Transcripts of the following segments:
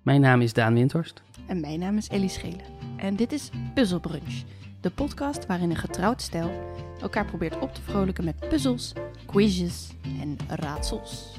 Mijn naam is Daan Windhorst. En mijn naam is Ellie Schelen. En dit is Puzzle Brunch, de podcast waarin een getrouwd stel elkaar probeert op te vrolijken met puzzels, quizjes en raadsels.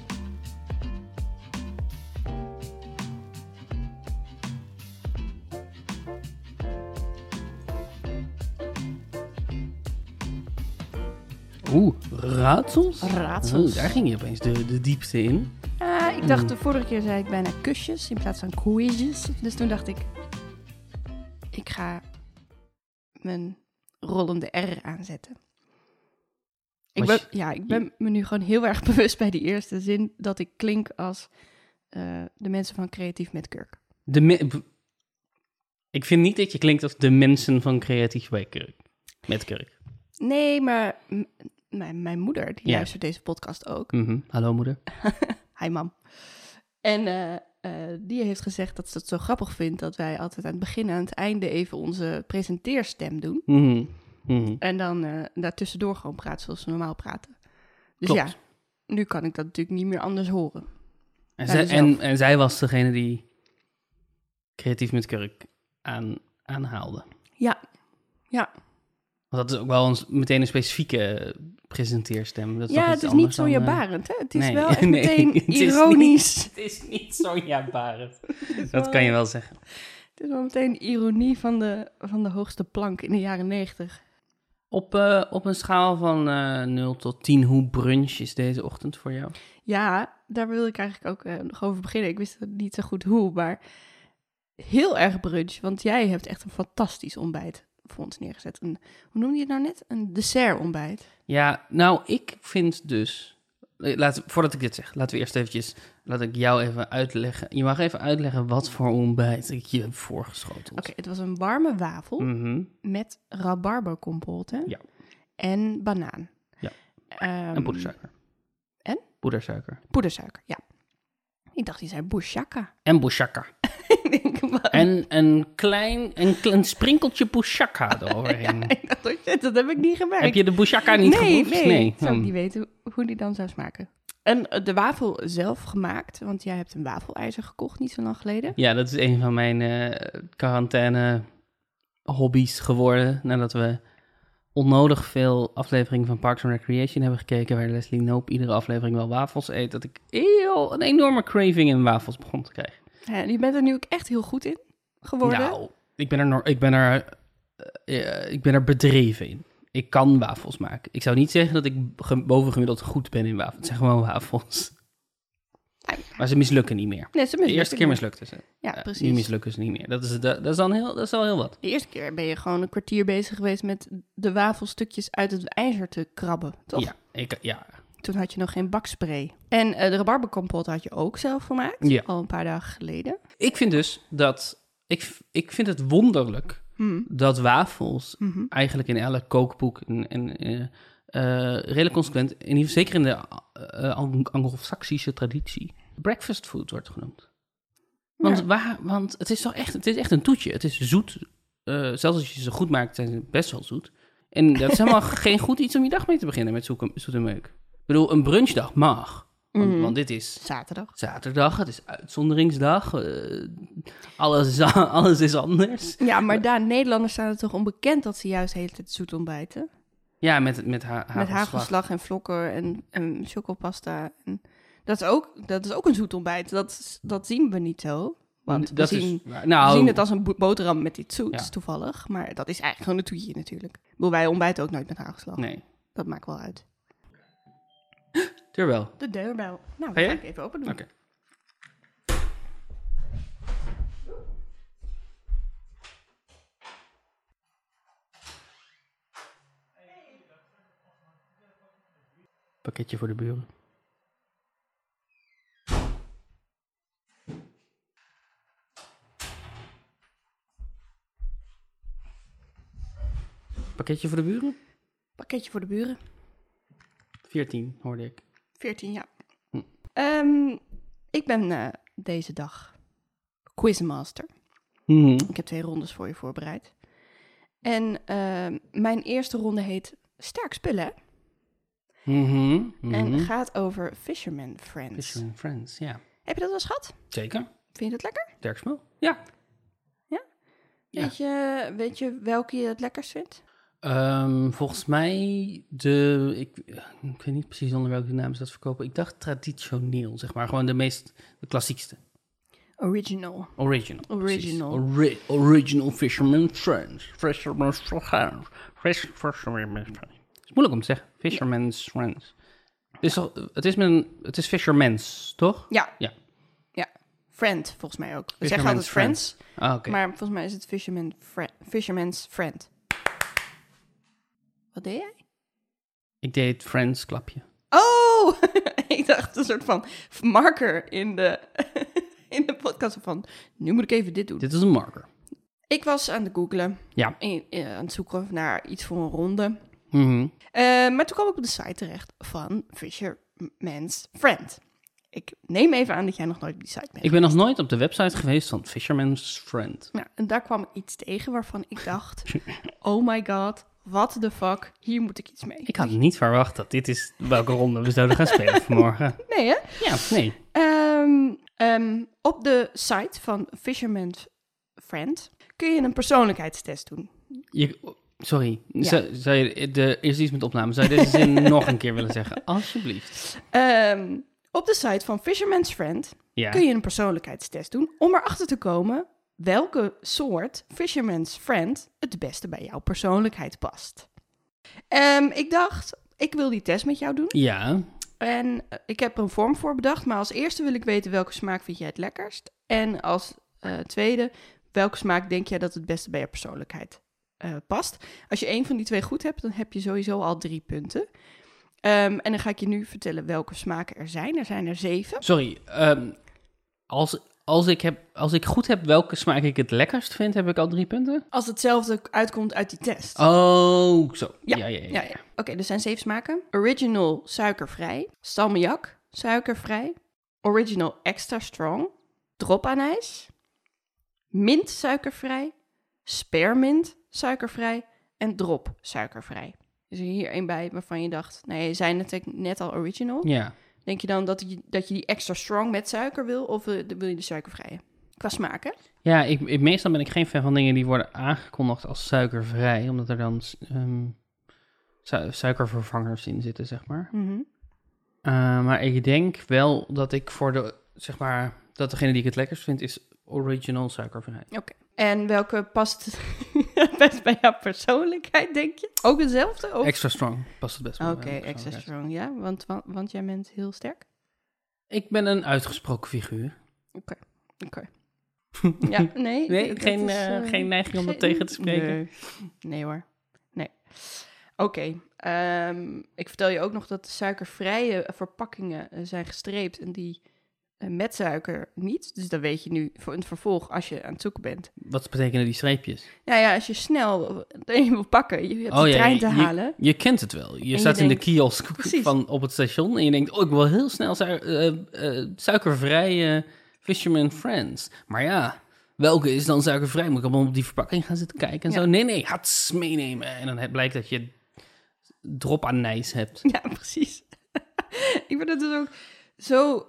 Raadsels? Raadsels. Daar ging je opeens de diepte in. Ik dacht, de vorige keer zei ik bijna kusjes in plaats van quizjes. Dus toen dacht ik ga mijn rollende R aanzetten. Ik ben me nu gewoon heel erg bewust bij die eerste zin dat ik klink als de mensen van Creatief met Kurk. Ik vind niet dat je klinkt als de mensen van Creatief bij Kurk. Met Kurk. Nee, maar mijn moeder, die luistert deze podcast ook. Mm-hmm. Hallo moeder. Hi mam. En die heeft gezegd dat ze het zo grappig vindt dat wij altijd aan het begin en aan het einde even onze presenteerstem doen. Mm-hmm. Mm-hmm. En dan daartussendoor gewoon praten zoals we normaal praten. Dus Klopt. ja, nu kan ik dat natuurlijk niet meer anders horen. En zij was degene die Creatief met Kurk aanhaalde. Ja. Want dat is ook wel meteen een specifieke presenteerstem. Dat is Ja, toch het iets is niet anders dan, Sonja Barend, hè? Het is nee. wel echt Nee, meteen het is ironisch. Het is niet Sonja Barend. Dat kan je wel zeggen. Het is wel meteen ironie van de hoogste plank in de jaren 90. Op een schaal van 0 tot 10, hoe brunch is deze ochtend voor jou? Ja, daar wil ik eigenlijk ook nog over beginnen. Ik wist niet zo goed hoe, maar heel erg brunch. Want jij hebt echt een fantastisch ontbijt voor ons neergezet. Hoe noemde je het nou net? Een dessertontbijt. Ja, nou, ik vind dus... Voordat ik dit zeg, laat ik jou even uitleggen. Je mag even uitleggen wat voor ontbijt ik je heb voorgeschoteld. Oké, het was een warme wafel met rabarberkompoot, hè? Ja. En banaan. Ja. En poedersuiker. En? Poedersuiker, ja. Ik dacht, die zei bouchaka. En bouchaka. En een sprinkeltje bouchaka eroverheen. Ja, ik dacht, dat heb ik niet gemerkt. Heb je de bouchaka niet geproefd? Nee. Zou ik niet weten hoe die dan zou smaken. En de wafel zelf gemaakt, want jij hebt een wafelijzer gekocht niet zo lang geleden. Ja, dat is een van mijn quarantaine hobby's geworden. Nadat we onnodig veel afleveringen van Parks and Recreation hebben gekeken, waar Leslie Knope iedere aflevering wel wafels eet, dat ik een enorme craving in wafels begon te krijgen. Ja, je bent er nu ook echt heel goed in geworden. Nou, ik ben er bedreven in. Ik kan wafels maken. Ik zou niet zeggen dat ik bovengemiddeld goed ben in wafels. Het zijn gewoon wafels. Maar ze mislukken niet meer. Nee, de eerste keer mislukten ze. Ja, precies. Nu mislukken ze niet meer. Dat is al heel wat. De eerste keer ben je gewoon een kwartier bezig geweest met de wafelstukjes uit het ijzer te krabben, toch? Ja. Toen had je nog geen bakspray. En de rabarberkompot had je ook zelf gemaakt, al een paar dagen geleden. Ik vind dus dat... Ik vind het wonderlijk dat wafels eigenlijk in elk kookboek redelijk consequent, zeker in de Anglo-Saxische traditie, breakfast food wordt genoemd. Want het is toch echt een toetje. Het is zoet. Zelfs als je ze goed maakt, zijn ze best wel zoet. En dat is helemaal geen goed iets om je dag mee te beginnen met zoete meuk. Ik bedoel, een brunchdag mag. Want dit is zaterdag, het is uitzonderingsdag. Alles is anders. Ja, maar Nederlanders staan er toch onbekend dat ze juist de hele tijd zoet ontbijten? Ja, met hagelslag en vlokken en chocopasta. En dat is ook een zoet ontbijt. Dat zien we niet zo. Want we zien het als een boterham met iets zoets toevallig. Maar dat is eigenlijk gewoon een toetje natuurlijk. Wij ontbijten ook nooit met hagelslag. Nee. Dat maakt wel uit. Deurbel. De deurbel. Nou, dat ga ik even open doen. Oké. Pakketje voor de buren. Pakketje voor de buren? Pakketje voor de buren. 14, hoorde ik. 14, ja. Ik ben deze dag quizmaster. Ik heb 2 rondes voor je voorbereid. En mijn eerste ronde heet Sterk Spullen. En gaat over Fisherman Friends. Fisherman Friends, ja. Heb je dat wel eens gehad? Zeker. Vind je het lekker? Sterk smel. Ja. Ja? Weet je welke je het lekkerst vindt? Volgens mij ik weet niet precies onder welke naam ze dat verkopen. Ik dacht traditioneel, zeg maar. Gewoon de klassiekste. Original. Original Fisherman's Friends. Fisherman's Friends. Het is moeilijk om te zeggen. Fisherman's Friends. Het is Fisherman's, toch? Ja. Friend, volgens mij ook. We zeggen altijd Friends. Okay. Maar volgens mij is het Fisherman's Friend. Wat deed jij? Ik deed Friends klapje. Oh! Ik dacht een soort van marker in de podcast van... Nu moet ik even dit doen. Dit is een marker. Ik was aan het googlen. Ja. Aan het zoeken naar iets voor een ronde. Mm-hmm. Maar toen kwam ik op de site terecht van Fisherman's Friend. Ik neem even aan dat jij nog nooit op die site bent. Ik ben nog nooit op de website geweest van Fisherman's Friend. Ja, en daar kwam ik iets tegen waarvan ik dacht... Oh my god, what the fuck, hier moet ik iets mee. Ik had niet verwacht dat dit is welke ronde we zouden gaan spelen vanmorgen. Nee, hè? Ja, nee. Op de site van Fisherman's Friend kun je een persoonlijkheidstest doen. Sorry, ja. Zou je eerst iets met opname? Zou je deze zin nog een keer willen zeggen? Alsjeblieft. Op de site van Fisherman's Friend kun je een persoonlijkheidstest doen... om erachter te komen welke soort Fisherman's Friend het beste bij jouw persoonlijkheid past. Ik dacht, ik wil die test met jou doen. Ja. En ik heb er een vorm voor bedacht, maar als eerste wil ik weten welke smaak vind jij het lekkerst. En als tweede, welke smaak denk jij dat het beste bij je persoonlijkheid past. Als je één van die twee goed hebt, dan heb je sowieso al 3 punten. En dan ga ik je nu vertellen welke smaken er zijn. Er zijn er 7. Sorry, als ik goed heb welke smaak ik het lekkerst vind, heb ik al 3 punten? Als hetzelfde uitkomt uit die test. Oh, zo. Ja. Oké, er zijn 7 smaken. Original suikervrij, salmiak suikervrij, original extra strong, dropanijs, mint suikervrij, spearmint suikervrij en drop suikervrij. Is er hier één bij waarvan je dacht, nee, je zei net al original. Ja. Denk je dan dat je die extra strong met suiker wil, of wil je de suikervrije? Qua smaken? Ja, meestal ben ik geen fan van dingen die worden aangekondigd als suikervrij, omdat er dan suikervervangers in zitten, zeg maar. Mm-hmm. Maar ik denk wel dat ik dat degene die ik het lekkerst vind is original suikervrij. Oké. En welke past het best bij jouw persoonlijkheid, denk je? Ook hetzelfde? Of? Extra strong past het best bij Oké, extra strong, ja. Want jij bent heel sterk? Ik ben een uitgesproken figuur. Oké. Ja, nee. Nee, geen neiging om dat tegen te spreken? Nee hoor. Nee. Oké. Ik vertel je ook nog dat de suikervrije verpakkingen zijn gestreept en die met suiker niet. Dus dat weet je nu voor een vervolg als je aan het zoeken bent. Wat betekenen die streepjes? Ja, als je snel wil pakken, je hebt de trein te halen. Je kent het wel. Je staat in de kiosk op het station en je denkt, ik wil heel snel suikervrije Fisherman Friends. Maar ja, welke is dan suikervrij? Moet ik allemaal op die verpakking gaan zitten kijken en zo? Nee, hats meenemen. En dan blijkt dat je dropanijs hebt. Ja, precies. Ik vind het dus ook zo...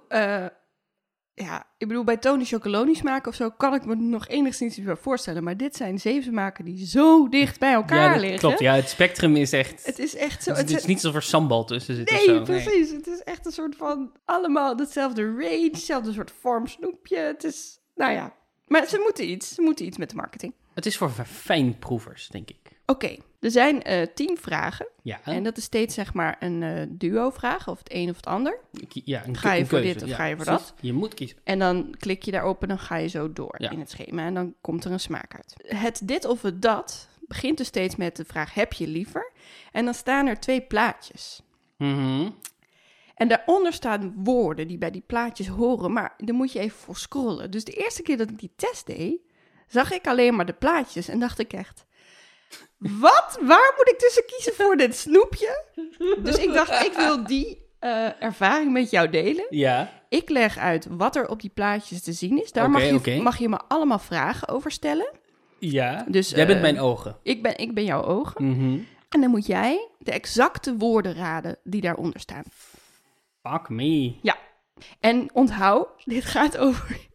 ik bedoel, bij Tony Chocoloni smaken of zo kan ik me nog enigszins iets voorstellen. Maar dit zijn 7 smaken die zo dicht bij elkaar liggen. Klopt, ja, het spectrum is echt... Het is echt zo... Het is niet alsof er sambal tussen zit. Nee, precies. Het is echt een soort van allemaal hetzelfde range, hetzelfde soort vorm snoepje. Het is, maar ze moeten iets met de marketing. Het is voor fijnproevers, denk ik. Oké, er zijn 10 vragen. Ja. En dat is steeds zeg maar een duo-vraag, of het een of het ander. Ja, ga je voor dit of ga je voor dat? Je moet kiezen. En dan klik je daarop en dan ga je zo door in het schema. En dan komt er een smaak uit. Het dit of het dat begint dus steeds met de vraag, heb je liever? En dan staan er 2 plaatjes. Mm-hmm. En daaronder staan woorden die bij die plaatjes horen, maar daar moet je even voor scrollen. Dus de eerste keer dat ik die test deed, zag ik alleen maar de plaatjes en dacht ik echt... Wat? Waar moet ik tussen kiezen voor dit snoepje? Dus ik dacht, ik wil die ervaring met jou delen. Ja. Ik leg uit wat er op die plaatjes te zien is. Daar mag je me allemaal vragen over stellen. Ja, dus, jij bent mijn ogen. Ik ben jouw ogen. Mm-hmm. En dan moet jij de exacte woorden raden die daaronder staan. Fuck me. Ja. En onthoud, dit gaat over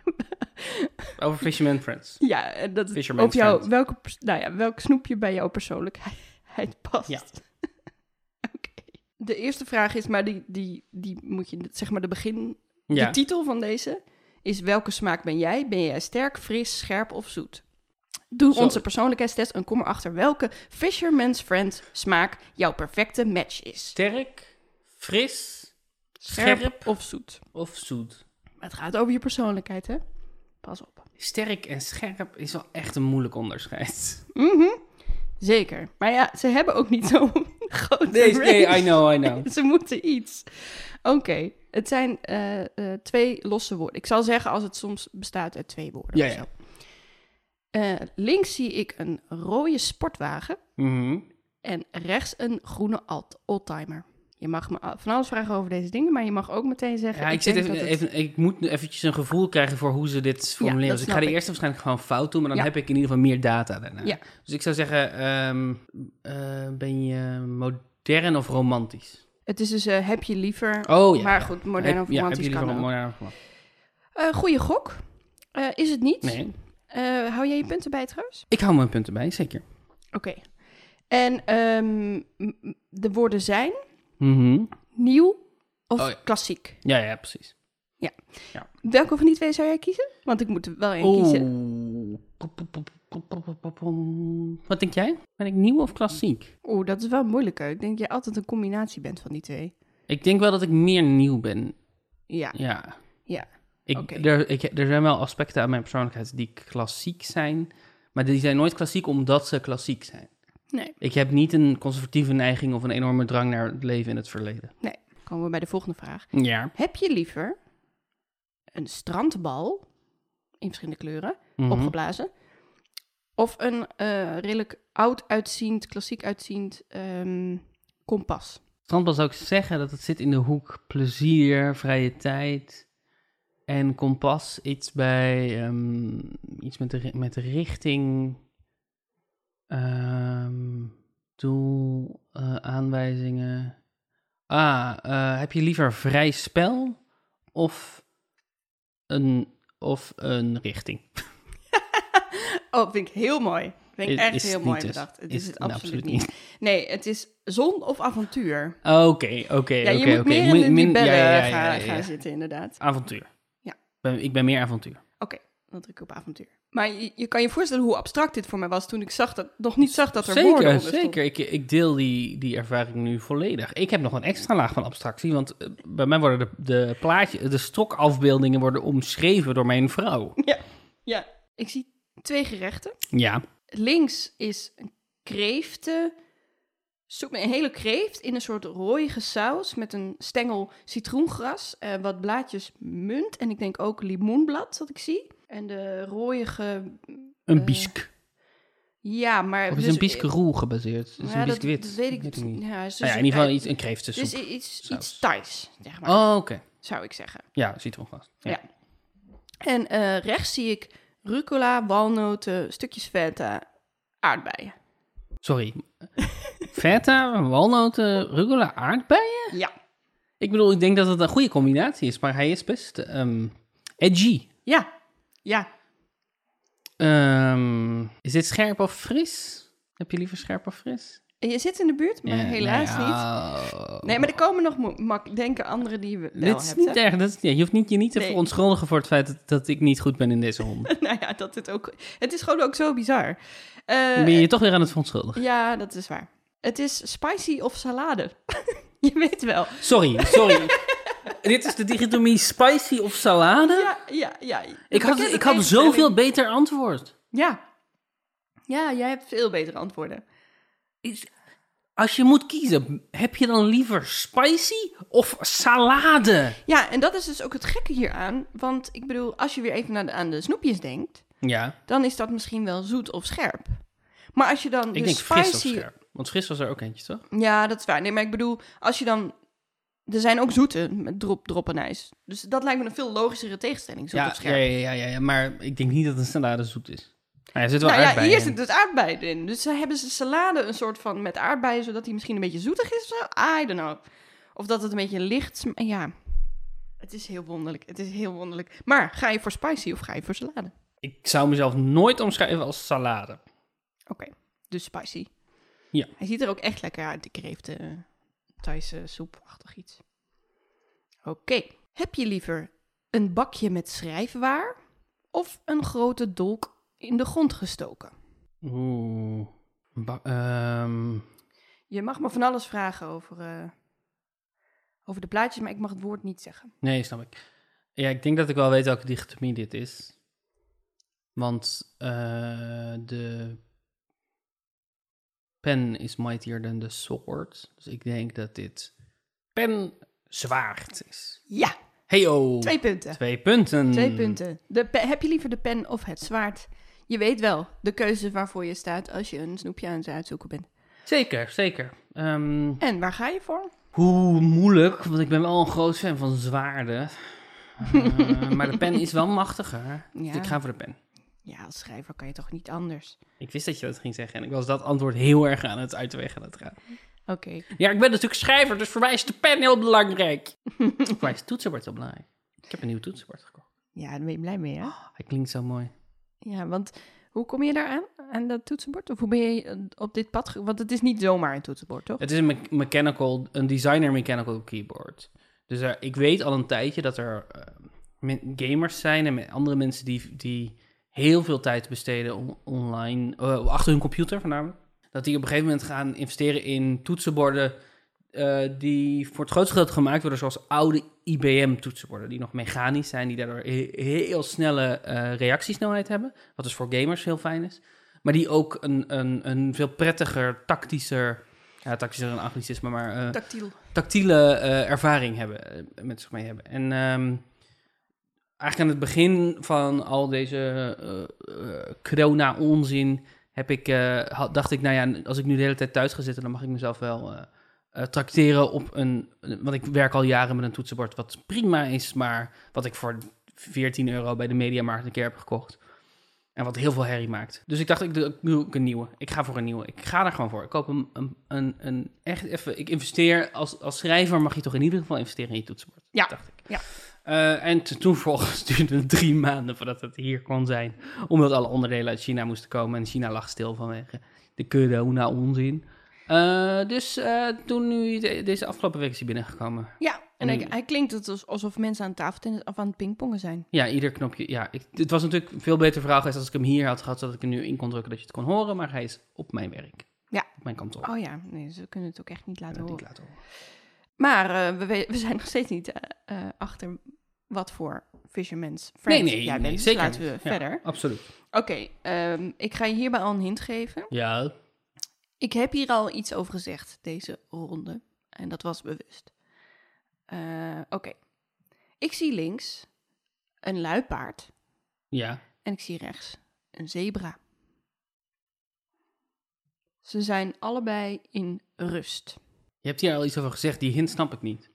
Over Fisherman Friends. Ja, dat is op jou, welk snoepje bij jouw persoonlijkheid past. Ja. Oké. De eerste vraag is, maar die moet je, zeg maar de titel van deze is: welke smaak ben jij? Ben jij sterk, fris, scherp of zoet? Doe onze persoonlijkheidstest en kom erachter welke Fisherman's Friend smaak jouw perfecte match is. Sterk, fris, scherp of zoet. Of zoet. Maar het gaat over je persoonlijkheid, hè? Pas op. Sterk en scherp is wel echt een moeilijk onderscheid. Zeker. Maar ja, ze hebben ook niet zo'n grote range. Nee, I know. Ze moeten iets. Oké. Het zijn 2 losse woorden. Ik zal zeggen als het soms bestaat uit 2 woorden. Ja. Links zie ik een rode sportwagen. En rechts een groene oldtimer. Je mag me van alles vragen over deze dingen, maar je mag ook meteen zeggen... Ja, ik moet eventjes een gevoel krijgen voor hoe ze dit formuleren. Dus ik ga de eerste waarschijnlijk gewoon fout doen, maar dan heb ik in ieder geval meer data daarna. Ja. Dus ik zou zeggen, ben je modern of romantisch? Het is dus, heb je liever... Maar goed, modern of romantisch kan ook. Modern of romantisch. Goeie gok. Is het niet? Nee. Hou jij je punten bij trouwens? Ik hou mijn punten bij, zeker. Oké. En de woorden zijn... Nieuw of klassiek? Ja, precies. Ja. Welke van die 2 zou jij kiezen? Want ik moet er wel één kiezen. Wat denk jij? Ben ik nieuw of klassiek? Dat is wel moeilijker. Ik denk dat jij altijd een combinatie bent van die 2. Ik denk wel dat ik meer nieuw ben. Ja. Er zijn wel aspecten aan mijn persoonlijkheid die klassiek zijn, maar die zijn nooit klassiek omdat ze klassiek zijn. Nee. Ik heb niet een conservatieve neiging of een enorme drang naar het leven in het verleden. Nee. Komen we bij de volgende vraag. Ja. Heb je liever een strandbal in verschillende kleuren, opgeblazen, of een redelijk oud uitziend, klassiek uitziend kompas? Strandbal zou ik zeggen dat het zit in de hoek plezier, vrije tijd en kompas. Iets bij iets met de richting, doel, aanwijzingen. Heb je liever vrij spel of een richting? Vind ik heel mooi. Vind ik echt heel mooi bedacht. Het is het absoluut niet. Nee, het is zon of avontuur. Oké. Je moet meer in die bellen gaan zitten, inderdaad. Avontuur. Ja. Ik ben meer avontuur. Oké, dan druk ik op avontuur. Maar je kan je voorstellen hoe abstract dit voor mij was toen ik nog niet zag dat er woorden onder stond. Zeker. Ik deel die ervaring nu volledig. Ik heb nog een extra laag van abstractie, want bij mij worden de stokafbeeldingen worden omschreven door mijn vrouw. Ja. Ik zie 2 gerechten. Ja. Links is een soep met een hele kreeft in een soort rooige saus met een stengel citroengras, wat blaadjes munt en ik denk ook limoenblad, dat ik zie. En de rooige... Een bisk. Ja, maar... Of is een bisk roe gebaseerd? Is een biscuit? Dat weet ik niet. Ja, in ieder geval een kreeftensoep. Dus iets Thais, zeg maar. Oh, oké. Zou ik zeggen. Ja, citroengras. Ja. En rechts zie ik rucola, walnoten, stukjes feta, aardbeien. Sorry. Feta, walnoten, rucola, aardbeien? Ja. Ik bedoel, ik denk dat het een goede combinatie is, maar hij is best edgy. Ja. Is dit scherp of fris? Heb je liever scherp of fris? Je zit in de buurt, maar helaas niet. Nee, maar er komen nog denken anderen die we wel dit is niet erg. Je hoeft je niet te verontschuldigen voor het feit dat ik niet goed ben in deze hond. Nou ja, het is gewoon ook zo bizar. Ben je toch weer aan het verontschuldigen? Ja, dat is waar. Het is spicy of salade. Je weet wel. Sorry. Dit is de dichotomie spicy of salade? Ja. Ik had zoveel beter antwoord. Ja, jij hebt veel betere antwoorden. Als je moet kiezen, heb je dan liever spicy of salade? Ja, en dat is dus ook het gekke hieraan. Want ik bedoel, als je weer even aan de snoepjes denkt, dan is dat misschien wel zoet of scherp. Maar als je dan ik denk spicy... fris of scherp. Want fris was er ook eentje, toch? Ja, dat is waar. Nee, maar ik bedoel, als je dan... Er zijn ook zoete met drop en ijs. Dus dat lijkt me een veel logischere tegenstelling, zoet of scherp. Ja, maar ik denk niet dat een salade zoet is. Er zit wel aardbeien hier zit dus aardbeien in. Dus hebben ze salade een soort van met aardbeien, zodat die misschien een beetje zoetig is of zo? I don't know. Of dat het een beetje licht... Ja, Het is heel wonderlijk. Maar ga je voor spicy of ga je voor salade? Ik zou mezelf nooit omschrijven als salade. Oké, dus spicy. Ja. Hij ziet er ook echt lekker uit, de kreeften, Thaise soepachtig iets. Oké. Heb je liever een bakje met schrijfwaar of een grote dolk in de grond gestoken? Oeh. Je mag me van alles vragen over de plaatjes, maar ik mag het woord niet zeggen. Nee, snap ik. Ja, ik denk dat ik wel weet welke dichotomie dit is. Want de pen is mightier than the sword. Dus ik denk dat dit pen zwaard is. Ja. Heyo. 2 punten. 2 punten. 2 punten. Heb je liever de pen of het zwaard? Je weet wel, de keuze waarvoor je staat als je een snoepje aan het uitzoeken bent. Zeker. En waar ga je voor? Hoe moeilijk, want ik ben wel een groot fan van zwaarden. Maar de pen is wel machtiger. Ja. Dus ik ga voor de pen. Ja, als schrijver kan je toch niet anders? Ik wist dat je dat ging zeggen en ik was dat antwoord heel erg aan het uit de weg aan het gaan. Oké. Ja, ik ben natuurlijk schrijver, dus voor mij is de pen heel belangrijk. Voor mij is het toetsenbord heel belangrijk. Ik heb een nieuw toetsenbord gekocht. Ja, daar ben je blij mee, hè? Oh, hij klinkt zo mooi. Ja, want hoe kom je daar aan dat toetsenbord? Of hoe ben je op dit pad? Want het is niet zomaar een toetsenbord, toch? Het is een designer mechanical keyboard. Dus ik weet al een tijdje dat er gamers zijn en andere mensen die heel veel tijd besteden online, achter hun computer voornamelijk. Dat die op een gegeven moment gaan investeren in toetsenborden die voor het grootste gedeelte gemaakt worden zoals oude IBM-toetsenborden. Die nog mechanisch zijn, die daardoor heel snelle reactiesnelheid hebben. Wat dus voor gamers heel fijn is. Maar die ook een veel prettiger, tactischer een anglicisme, maar tactiele ervaring hebben, met zich mee hebben. En eigenlijk aan het begin van al deze corona-onzin dacht ik, nou ja, als ik nu de hele tijd thuis ga zitten, dan mag ik mezelf wel trakteren op want ik werk al jaren met een toetsenbord wat prima is, maar wat ik voor €14 bij de Mediamarkt een keer heb gekocht. En wat heel veel herrie maakt. Dus ik dacht, ik doe een nieuwe. Ik ga voor een nieuwe. Ik ga er gewoon voor. Ik koop een echt even. Ik investeer als schrijver, mag je toch in ieder geval investeren in je toetsenbord. Ja. Dacht ik. Ja. En toen volgens duurde het 3 maanden voordat het hier kon zijn. Omdat alle onderdelen uit China moesten komen. En China lag stil vanwege de corona-onzin. Dus toen nu deze afgelopen week is hij binnengekomen. Ja, en hij klinkt het alsof mensen aan tafeltennis of aan het pingpongen zijn. Ja, ieder knopje. Ja, het was natuurlijk een veel beter verhaal geweest als ik hem hier had gehad, zodat ik hem nu in kon drukken dat je het kon horen. Maar hij is op mijn werk. Ja. Op mijn kantoor. Oh ja, nee, ze kunnen het ook echt niet laten horen. Niet laten horen. Maar we zijn nog steeds niet achter wat voor Fisherman's Friend jij bent. Zeker. Laten we verder. Absoluut. Oké, ik ga je hierbij al een hint geven. Ja. Ik heb hier al iets over gezegd, deze ronde. En dat was bewust. Oké. Ik zie links een luipaard. Ja. En ik zie rechts een zebra. Ze zijn allebei in rust. Je hebt hier al iets over gezegd, die hint snap ik niet.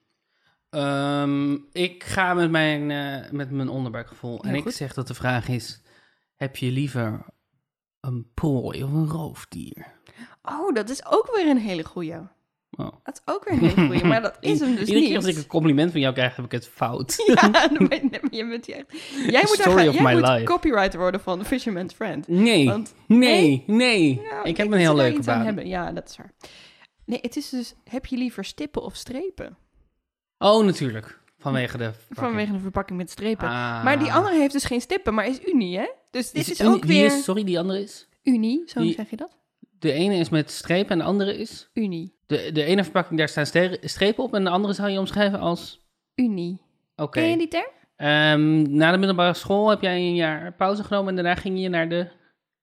Ik ga met mijn onderbuikgevoel. En ik zeg dat de vraag is, heb je liever een prooi of een roofdier? Oh, dat is ook weer een hele goeie. Oh. Dat is ook weer een hele goeie, maar dat is hem dus Iedere niet. keer als ik een compliment van jou krijg, heb ik het fout. Ja, je bent hier echt... Jij moet copywriter worden van Fisherman's Friend. Nee, want, nee. Nou, ik heb een heel leuke baan. Ja, dat is waar. Nee, het is dus, heb je liever stippen of strepen? Oh, natuurlijk. Vanwege de verpakking met strepen. Maar die andere heeft dus geen stippen, maar is Unie, hè? Dus dit is ook weer... Sorry, die andere is? Unie, zeg je dat? De ene is met strepen en de andere is? Unie. De ene verpakking, daar staan strepen op en de andere zou je omschrijven als? Unie. Oké. Ken je die term? Na de middelbare school heb jij een jaar pauze genomen en daarna ging je naar de...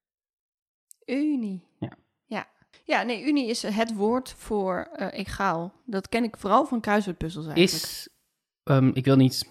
Unie. Ja, nee, Unie is het woord voor egaal. Dat ken ik vooral van kruiswoordpuzzels eigenlijk. Ik wil niet...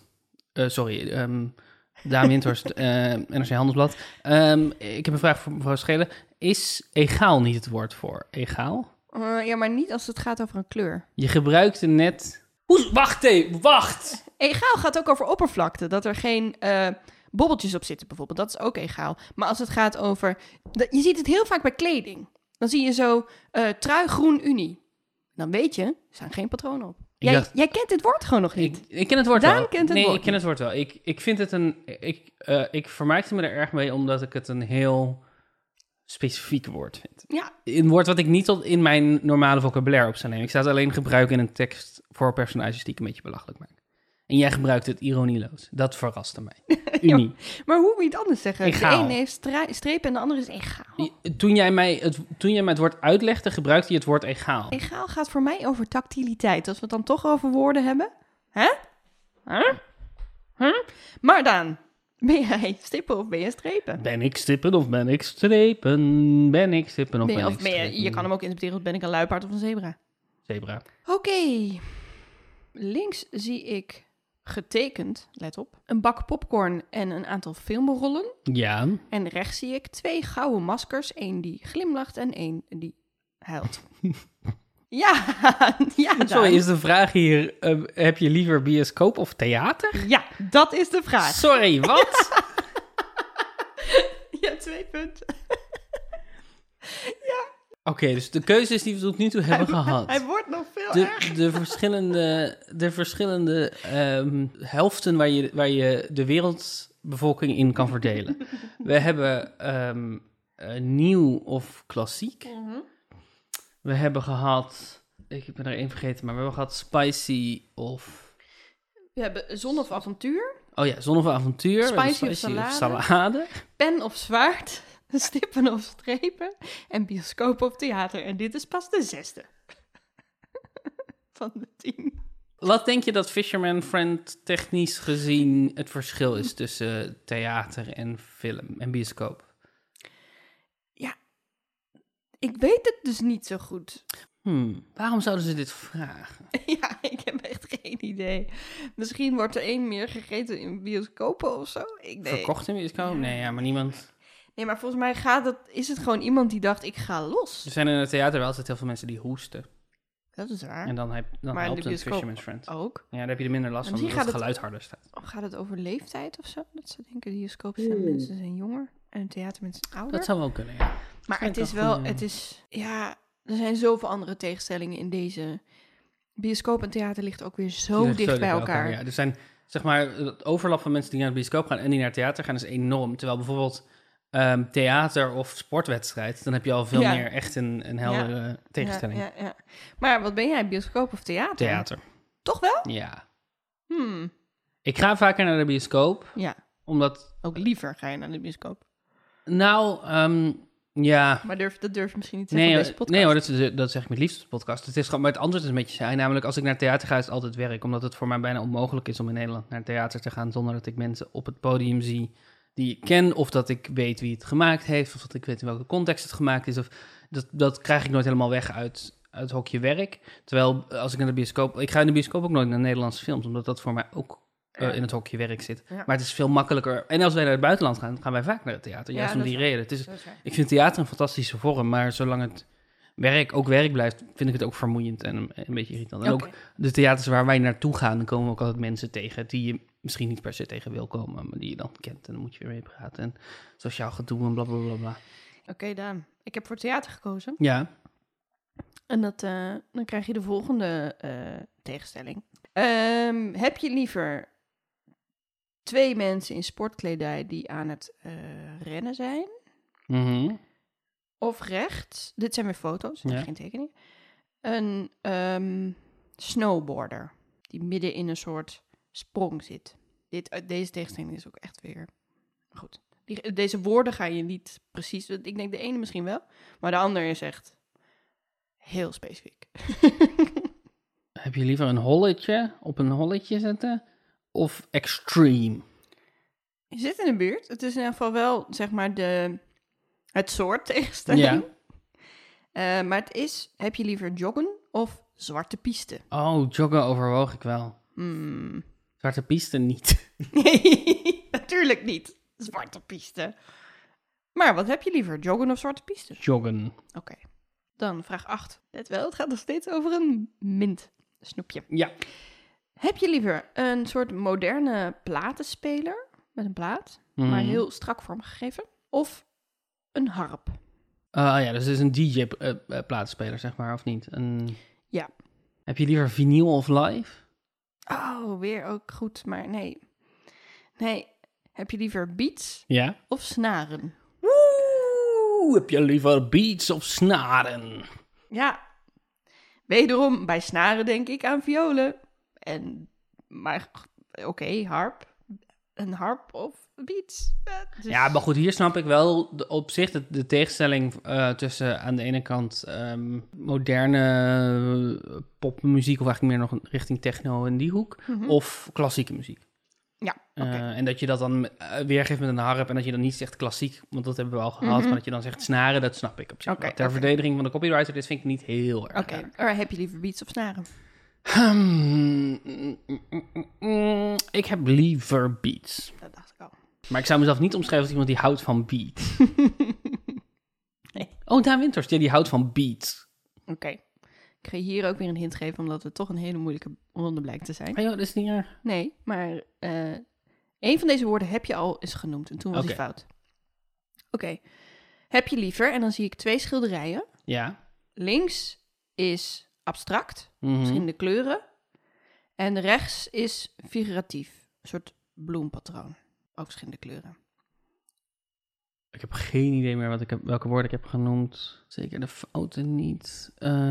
Daan Windhorst, NRC Handelsblad. Ik heb een vraag voor mevrouw Schelen. Is egaal niet het woord voor egaal? Ja, maar niet als het gaat over een kleur. Je gebruikte net... Wacht! Egaal gaat ook over oppervlakte. Dat er geen bobbeltjes op zitten bijvoorbeeld. Dat is ook egaal. Maar als het gaat over... Je ziet het heel vaak bij kleding. Dan zie je zo trui groen Unie. Dan weet je, er staan geen patronen op. Jij kent dit woord gewoon nog niet. Ik ken het woord wel. Ik ken het woord wel. Ik vind het ik vermaakte me er erg mee, omdat ik het een heel specifiek woord vind. Ja. Een woord wat ik niet tot in mijn normale vocabulaire op zou nemen. Ik zou het alleen gebruiken in een tekst voor personages die ik een beetje belachelijk maak. En jij gebruikt het ironieloos. Dat verraste mij. Unie. Ja, maar hoe moet je het anders zeggen? Egaal. De ene heeft strepen en de andere is egaal. Toen jij mij het woord uitlegde, gebruikte je het woord egaal. Egaal gaat voor mij over tactiliteit. Als we het dan toch over woorden hebben. Hè? Maar Daan, ben jij stippen of ben je strepen? Ben ik stippen of ben ik strepen? Ben ik stippen of ben ik strepen? Je kan hem ook interpreteren als ben ik een luipaard of een zebra. Zebra. Oké. Links zie ik getekend, let op, een bak popcorn en een aantal filmrollen. Ja. En rechts zie ik 2 gouden maskers. 1 die glimlacht en 1 die huilt. Ja, Sorry, is de vraag hier, heb je liever bioscoop of theater? Ja, dat is de vraag. Sorry, wat? Ja, 2 punten. Ja. Oké, dus de keuzes die we tot nu toe hebben gehad. Hij wordt nog veel erger. De verschillende helften waar je de wereldbevolking in kan verdelen. We hebben nieuw of klassiek. Mm-hmm. We hebben gehad, ik ben er één vergeten, maar we hebben gehad spicy of... We hebben zon of avontuur. Oh ja, zon of avontuur. Spicy of salade. salade. Pen of zwaard. Stippen of strepen. En bioscoop of theater. En dit is pas de 6e. Van de 10. Wat denk je dat Fisherman Friend technisch gezien het verschil is tussen theater en film en bioscoop? Ja, ik weet het dus niet zo goed. Waarom zouden ze dit vragen? Ja, ik heb echt geen idee. Misschien wordt er 1 meer gegeten in bioscopen of zo. Verkocht in bioscoop? Nee, ja, maar niemand... Nee, maar volgens mij is het gewoon iemand die dacht, ik ga los. Er zijn in het theater wel altijd heel veel mensen die hoesten. Dat is waar. En dan maar helpt de een Fisherman's Friend. Ook. Ja, daar heb je er minder last van, omdat het geluid harder staat. Of gaat het over leeftijd of zo? Dat ze denken, de bioscoop zijn mensen zijn jonger en theatermensen ouder. Dat zou wel kunnen, ja. Maar het is wel, er zijn zoveel andere tegenstellingen in deze. Bioscoop en theater ligt ook weer zo dicht bij elkaar. Ja, er zijn, zeg maar, het overlap van mensen die naar de bioscoop gaan en die naar het theater gaan is enorm. Terwijl bijvoorbeeld theater of sportwedstrijd, dan heb je al veel meer echt een heldere tegenstelling. Ja. Maar wat ben jij, bioscoop of theater? Theater. Toch wel? Ja. Ik ga vaker naar de bioscoop. Ja. Omdat... Ook liever ga je naar de bioscoop. Nou, ja. Maar dat durf je misschien niet te zeggen op deze podcast. Nee hoor, dat zeg ik met liefst op de podcast. Het is gewoon, maar het antwoord is een beetje saai. Namelijk, als ik naar het theater ga, is het altijd werk. Omdat het voor mij bijna onmogelijk is om in Nederland naar het theater te gaan zonder dat ik mensen op het podium zie die ik ken, of dat ik weet wie het gemaakt heeft, of dat ik weet in welke context het gemaakt is. Of dat krijg ik nooit helemaal weg uit het hokje werk. Terwijl als ik naar de bioscoop... Ik ga in de bioscoop ook nooit naar Nederlandse films, omdat dat voor mij ook in het hokje werk zit. Ja. Maar het is veel makkelijker. En als wij naar het buitenland gaan, gaan wij vaak naar het theater. Juist om die reden. Het is, ik vind theater een fantastische vorm, maar zolang het ook werk blijft, vind ik het ook vermoeiend en een beetje irritant. En ook de theaters waar wij naartoe gaan, dan komen we ook altijd mensen tegen die je misschien niet per se tegen wil komen, maar die je dan kent. En dan moet je weer mee praten. En sociaal gedoe en blablabla. Oké, Daan. Ik heb voor theater gekozen. Ja. En dan krijg je de volgende tegenstelling. Heb je liever 2 mensen in sportkledij die aan het rennen zijn? Mm-hmm. Of rechts, dit zijn weer foto's, geen tekening. Een snowboarder die midden in een soort sprong zit. Deze tegenstelling is ook echt weer goed. Deze woorden ga je niet precies... Ik denk de ene misschien wel, maar de andere is echt heel specifiek. Heb je liever een holletje op een holletje zetten of extreme? Je zit in de buurt. Het is in ieder geval wel, zeg maar, het soort tegenstelling. Ja. Maar het is, heb je liever joggen of zwarte piste? Oh, joggen overwoog ik wel. Zwarte piste niet. Nee, natuurlijk niet. Zwarte piste. Maar wat heb je liever, joggen of zwarte piste? Joggen. Oké. Dan vraag 8. Let wel, het gaat nog steeds over een mintsnoepje. Ja. Heb je liever een soort moderne platenspeler met een plaat, maar heel strak vormgegeven, of een harp? Ja, dus het is een DJ-platenspeler, zeg maar, of niet? Ja. Heb je liever vinyl of live? Oh, weer ook goed, maar nee. Nee, heb je liever beats of snaren? Oeh, heb je liever beats of snaren? Ja, wederom, bij snaren denk ik aan violen. Maar oké, harp. Een harp of beats. Dus... Ja, maar goed, hier snap ik wel op zich de tegenstelling tussen aan de ene kant moderne popmuziek, of eigenlijk meer nog richting techno in die hoek, of klassieke muziek. Ja, okay. En dat je dat dan weergeeft met een harp en dat je dan niet zegt klassiek, want dat hebben we al gehad, maar dat je dan zegt snaren, dat snap ik op zich wel. Ter verdediging van de copywriter, dit vind ik niet heel erg. Oké, maar heb je liever beats of snaren? Ik heb liever beats. Dat dacht ik al. Maar ik zou mezelf niet omschrijven als iemand die houdt van beats. Nee. Oh, Daan Winters, die houdt van beats. Oké. Ik ga je hier ook weer een hint geven, omdat het toch een hele moeilijke ronde blijkt te zijn. Oh joh, dat is niet erg. Nee, maar een van deze woorden heb je al eens genoemd en toen was die fout. Oké. Heb je liever, en dan zie ik 2 schilderijen. Ja. Links is abstract, verschillende kleuren. En rechts is figuratief, een soort bloempatroon, ook verschillende kleuren. Ik heb geen idee meer welke woorden ik heb genoemd. Zeker de fouten niet.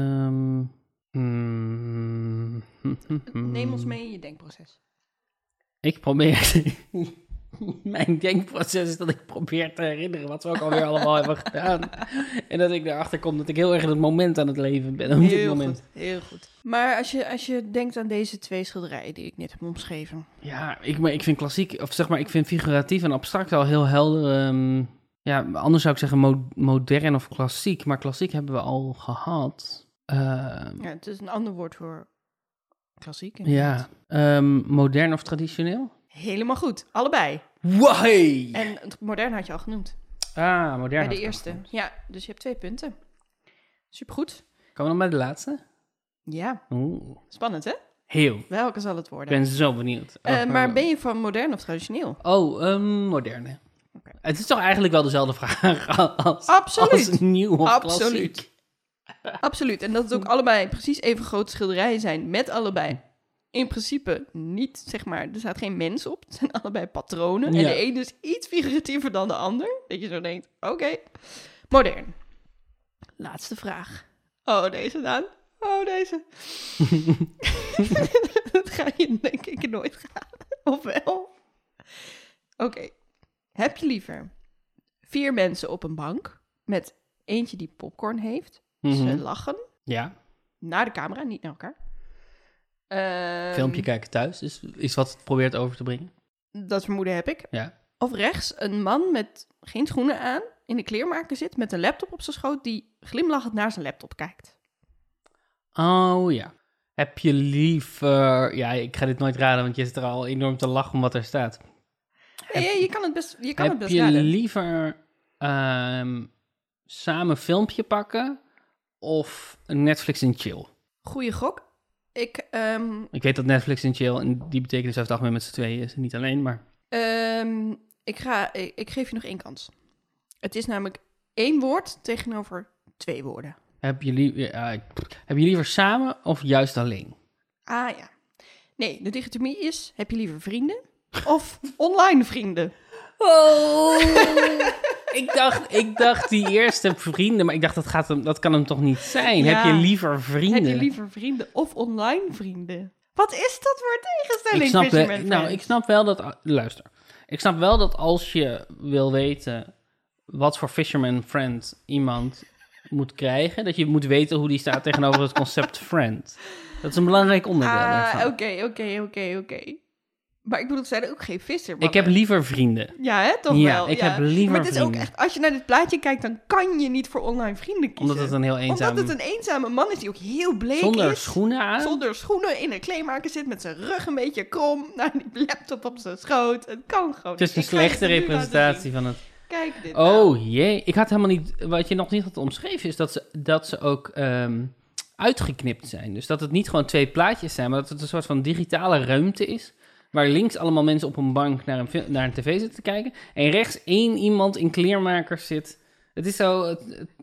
Neem ons mee in je denkproces. Ik probeer... Mijn denkproces is dat ik probeer te herinneren wat we ook alweer allemaal hebben gedaan. En dat ik erachter kom dat ik heel erg in het moment aan het leven ben. Heel goed. Maar als je denkt aan deze 2 schilderijen die ik net heb omschreven. Ja, ik vind klassiek, of zeg maar, ik vind figuratief en abstract al heel helder. Anders zou ik zeggen modern of klassiek. Maar klassiek hebben we al gehad. Ja, het is een ander woord voor klassiek. Inderdaad. Ja, modern of traditioneel? Helemaal goed, allebei. Why? En het modern had je al genoemd. Ah, modern. Bij de eerste. Ja, dus je hebt 2 punten. Supergoed. Komen we dan bij de laatste? Ja. Oeh. Spannend, hè? Heel. Welke zal het worden? Ik ben zo benieuwd. Maar ben je van modern of traditioneel? Oh, moderne. Okay. Het is toch eigenlijk wel dezelfde vraag als nieuw of klassiek? Absoluut. En dat het ook allebei precies even grote schilderijen zijn met allebei. In principe niet, zeg maar, er staat geen mens op. Het zijn allebei patronen. Ja. En de ene is iets figuratiever dan de ander. Dat je zo denkt, oké. Modern. Laatste vraag. Oh, deze dan. Oh, deze. Dat ga je denk ik nooit gaan. Of wel? Oké. Heb je liever 4 mensen op een bank met eentje die popcorn heeft. Ze lachen. Ja. Naar de camera, niet naar elkaar. Filmpje kijken thuis is wat het probeert over te brengen. Dat vermoeden heb ik. Ja. Of rechts een man met geen schoenen aan in de kleermaker zit met een laptop op zijn schoot die glimlachend naar zijn laptop kijkt. Oh ja. Heb je liever... Ja, ik ga dit nooit raden, want je zit er al enorm te lachen om wat er staat. Je kan het best raden. Heb je liever samen filmpje pakken of Netflix en chill? Goeie gok. Ik weet dat Netflix en chill en die betekent dus over het algemeen met z'n tweeën is, niet alleen, maar... Ik geef je nog 1 kans. Het is namelijk 1 woord tegenover 2 woorden. Heb je liever samen of juist alleen? Ah ja. Nee, de dichotomie is, heb je liever vrienden of online vrienden? Oh, ik dacht die eerste vrienden, maar ik dacht dat kan hem toch niet zijn? Ja. Heb je liever vrienden? Heb je liever vrienden of online vrienden? Wat is dat voor tegenstelling, ik snap wel dat... Luister. Ik snap wel dat als je wil weten wat voor fisherman friend iemand moet krijgen, dat je moet weten hoe die staat tegenover het concept friend. Dat is een belangrijk onderdeel daarvan. Oké. Maar ik bedoel, zijn er ook geen visser. Ik heb liever vrienden. Ja, hè? Toch wel? Ik heb liever maar het is vrienden. ook echt, als je naar dit plaatje kijkt, dan kan je niet voor online vrienden kiezen. Omdat het een eenzame man is die ook heel bleek Zonder schoenen aan. Zonder schoenen in een kleermaker zit met zijn rug een beetje krom. Naar die laptop op zijn schoot. Het kan gewoon. Het is een slechte representatie van het... Kijk dit jee. Ik had helemaal niet... Wat je nog niet had omschreven is dat ze ook uitgeknipt zijn. Dus dat het niet gewoon 2 plaatjes zijn, maar dat het een soort van digitale ruimte is. Waar links allemaal mensen op een bank naar een tv zitten te kijken. En rechts 1 iemand in kleermakers zit. Het is zo...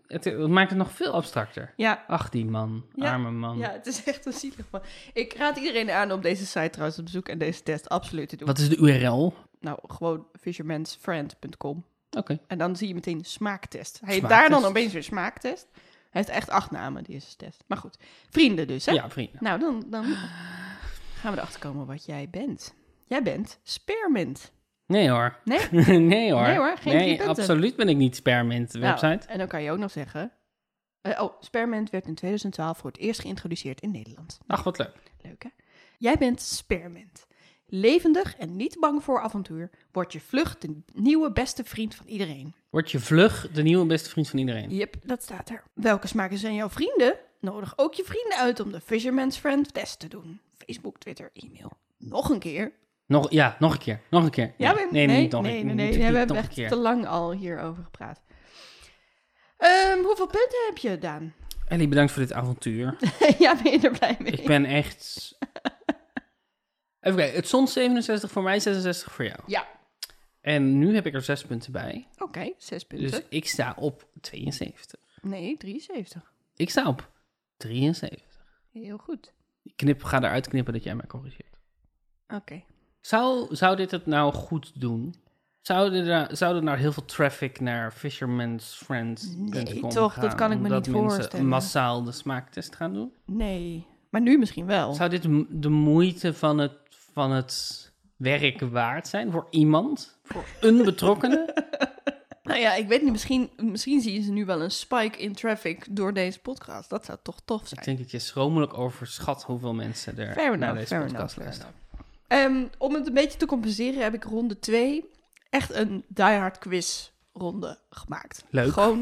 Het maakt het nog veel abstracter. Ja. Ach, die man. Ja. Arme man. Ja, het is echt een zielig man. Ik raad iedereen aan om deze site trouwens te bezoeken en deze test absoluut te doen. Wat is de URL? Nou, gewoon fishermansfriend.com. Oké. En dan zie je meteen smaaktest. Hij heeft daar dan opeens weer smaaktest. Hij heeft echt 8 namen, die is test. Maar goed, vrienden dus, hè? Ja, vrienden. Nou, dan gaan we erachter komen wat jij bent. Jij bent Spearmint. Nee hoor. Nee? Nee hoor. Nee hoor, geen 3 punten. Absoluut ben ik niet Spearmint website. Nou, en dan kan je ook nog zeggen... Spearmint werd in 2012 voor het eerst geïntroduceerd in Nederland. Ach, wat leuk. Leuk, hè? Jij bent Spearmint. Levendig en niet bang voor avontuur, word je vlug de nieuwe beste vriend van iedereen. Word je vlug de nieuwe beste vriend van iedereen? Yep, dat staat er. Welke smaken zijn jouw vrienden? Nodig ook je vrienden uit om de Fisherman's Friend test te doen. Facebook, Twitter, e-mail. Nog een keer. Nog een keer. Ja, nee, we hebben echt te lang al hierover gepraat. Hoeveel punten heb je, Daan? Ellie, bedankt voor dit avontuur. Ja, ben je er blij mee? Ik ben echt... Even kijken, het stond 67 voor mij, 66 voor jou. Ja. En nu heb ik er 6 punten bij. Oké, 6 punten. Dus ik sta op 72. Nee, 73. Ik sta op 73. Heel goed. Ik ga eruit knippen dat jij mij corrigeert. Oké. Zou dit het nou goed doen? Zou er nou heel veel traffic naar Fisherman's Friends Nee, toch? Dat kan ik me niet voorstellen. Omdat mensen massaal de smaaktest gaan doen? Nee, maar nu misschien wel. Zou dit de moeite van het werk waard zijn voor iemand? Voor een betrokkene? Nou ja, ik weet niet, misschien zien ze nu wel een spike in traffic door deze podcast. Dat zou toch tof zijn. Ik denk dat je schromelijk overschat hoeveel mensen er naar deze podcast luisteren. Om het een beetje te compenseren heb ik ronde 2 echt een diehard quiz ronde gemaakt. Leuk. Gewoon...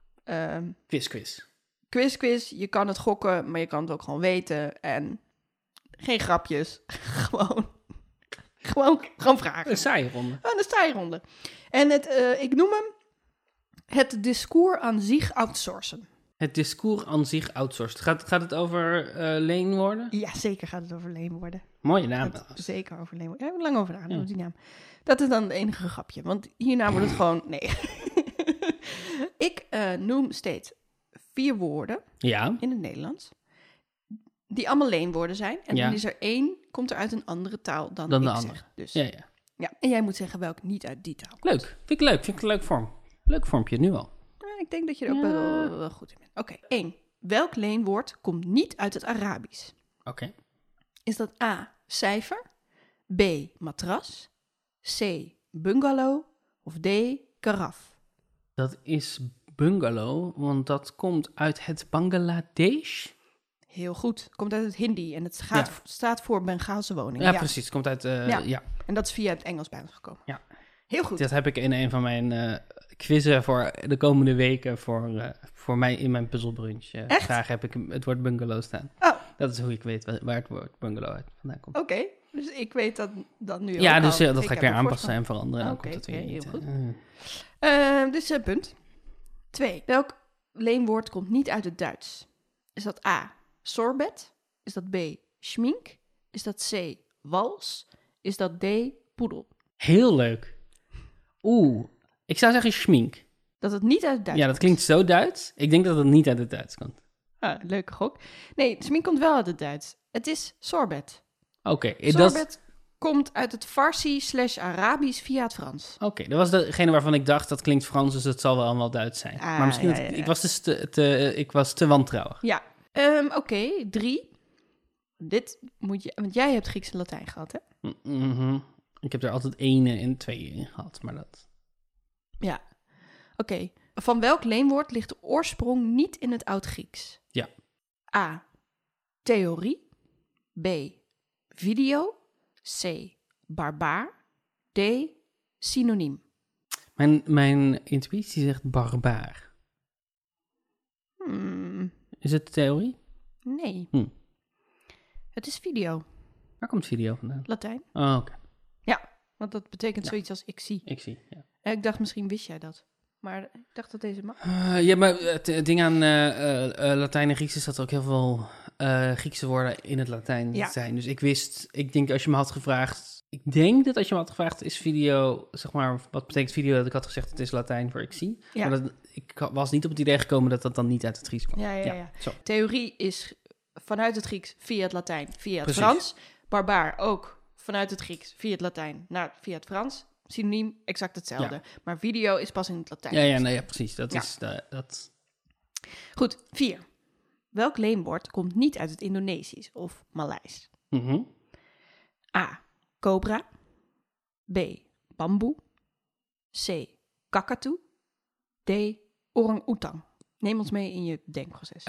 Quiz. Je kan het gokken, maar je kan het ook gewoon weten. En geen grapjes. gewoon vragen. Een saaie ronde. Een saaie ronde. En ik noem hem het discours aan zich outsourcen. Het discours aan zich outsourced. Gaat het over leenwoorden? Ja, zeker gaat het over leenwoorden. Mooie naam. Zeker over leenwoorden. Daar heb ik lang over nagedacht, die naam. Dat is dan het enige grapje, want hierna wordt het gewoon... Nee. Ik noem steeds 4 woorden in het Nederlands, die allemaal leenwoorden zijn. En dan is er 1, komt er uit een andere taal dan ik de andere. Zeg. Dus, ja. En jij moet zeggen welk niet uit die taal komt. Leuk, vind ik een leuk vorm. Leuk vormpje, nu al. Ik denk dat je er ook wel goed in bent. Oké, 1. Welk leenwoord komt niet uit het Arabisch? Oké. Is dat A, cijfer, B, matras, C, bungalow of D, karaf? Dat is bungalow, want dat komt uit het Bangladesh. Heel goed. Komt uit het Hindi en het staat voor Bengaalse woning. Ja, precies. Het komt uit... En dat is via het Engels bij ons gekomen. Ja. Heel goed. Dat heb ik in een van mijn quizzen voor de komende weken voor mij in mijn puzzelbrunch. Graag heb ik het woord bungalow staan. Oh. Dat is hoe ik weet waar het woord bungalow uit vandaan komt. Oké, dus ik weet dat nu ook Ja, dus al. Dat ga ik weer aanpassen en veranderen. Oké, heel goed. Dus punt 2. Welk leenwoord komt niet uit het Duits? Is dat A, sorbet? Is dat B, schmink? Is dat C, wals? Is dat D, poedel? Heel leuk. Ik zou zeggen schmink. Dat het niet uit het Duits Ja, dat klinkt zo Duits. Ik denk dat het niet uit het Duits komt. Leuke gok. Nee, schmink komt wel uit het Duits. Het is sorbet. Oké. Sorbet komt uit het Farsi/Arabisch via het Frans. Oké, dat was degene waarvan ik dacht, dat klinkt Frans, dus het zal wel allemaal Duits zijn. Maar misschien, ik was dus ik was te wantrouwig. Ja. Oké, 3. Dit moet je, want jij hebt Grieks en Latijn gehad, hè? Ik heb er altijd 1 en 2 in gehad, maar dat... Ja. Oké. Van welk leenwoord ligt de oorsprong niet in het Oud-Grieks? Ja. A. Theorie. B. Video. C. Barbaar. D. Synoniem. Mijn intuïtie zegt barbaar. Is het theorie? Nee. Het is video. Waar komt video vandaan? Latijn. Oh, oké. Ja, want dat betekent zoiets als ik zie. Ik zie, ja. En ik dacht, misschien wist jij dat. Maar ik dacht dat deze mag. Ja, maar het ding aan Latijn en Grieks is dat er ook heel veel Griekse woorden in het Latijn zijn. Dus ik denk als je me had gevraagd Ik denk dat als je me had gevraagd, is video, zeg maar, wat betekent video? Dat ik had gezegd, het is Latijn voor ik zie. Ja. Maar ik was niet op het idee gekomen dat dat dan niet uit het Grieks kwam. Ja. Theorie is vanuit het Grieks via het Latijn, via het Frans. Barbaar ook vanuit het Grieks via het Latijn naar via het Frans. Synoniem, exact hetzelfde. Ja. Maar video is pas in het Latijn. Ja, precies. Dat is dat. Goed, 4. Welk leenwoord komt niet uit het Indonesisch of Maleis? A. Cobra. B. Bamboe. C. Kakatoe. D. Orang-oetang. Neem ons mee in je denkproces.